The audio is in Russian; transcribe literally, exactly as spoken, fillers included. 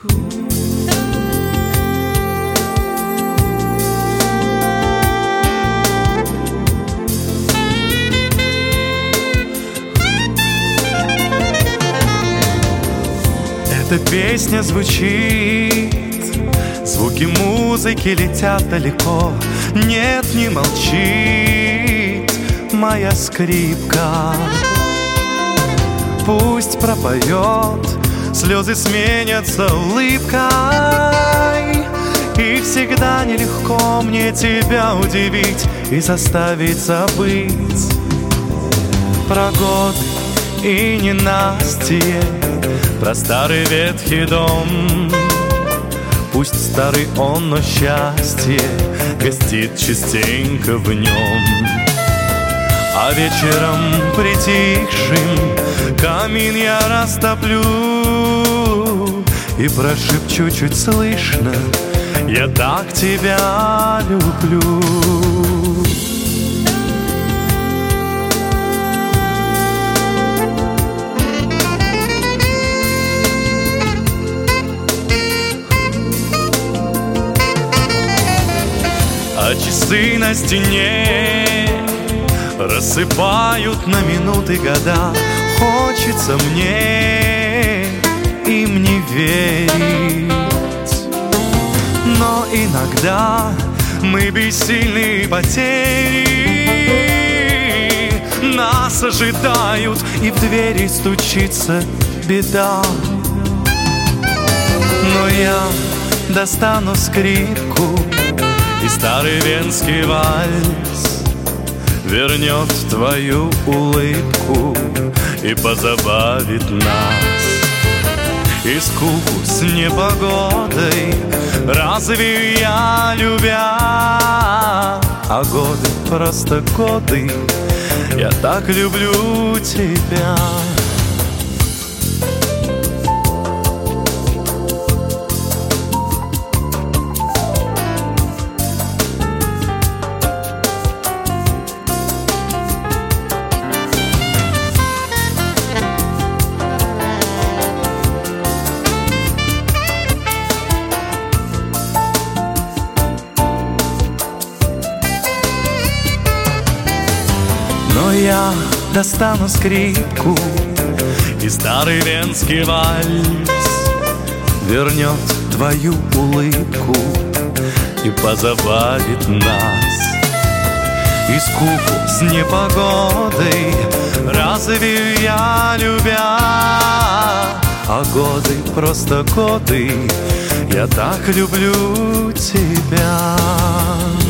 Эта песня звучит, звуки музыки летят далеко. Нет, не молчит моя скрипка. Пусть пропоет, слезы сменятся улыбкой. И всегда нелегко мне тебя удивить и заставить забыть про годы и ненастье, про старый ветхий дом. Пусть старый он, но счастье гостит частенько в нем. А вечером притихшим камин я растоплю и прошепчу чуть слышно: я так тебя люблю. А часы на стене рассыпают на минуты года. Хочется мне им не верить, но иногда мы бессильны потери. Нас ожидают, и в двери стучится беда. Но я достану скрипку, и старый венский вальс вернет твою улыбку и позабавит нас. И скуку с непогодой разве я, любя, а годы просто годы, я так люблю тебя. Но я достану скрипку, и старый венский вальс вернет твою улыбку и позабавит нас. И скуку с непогодой разве я, любя, а годы просто годы, я так люблю тебя.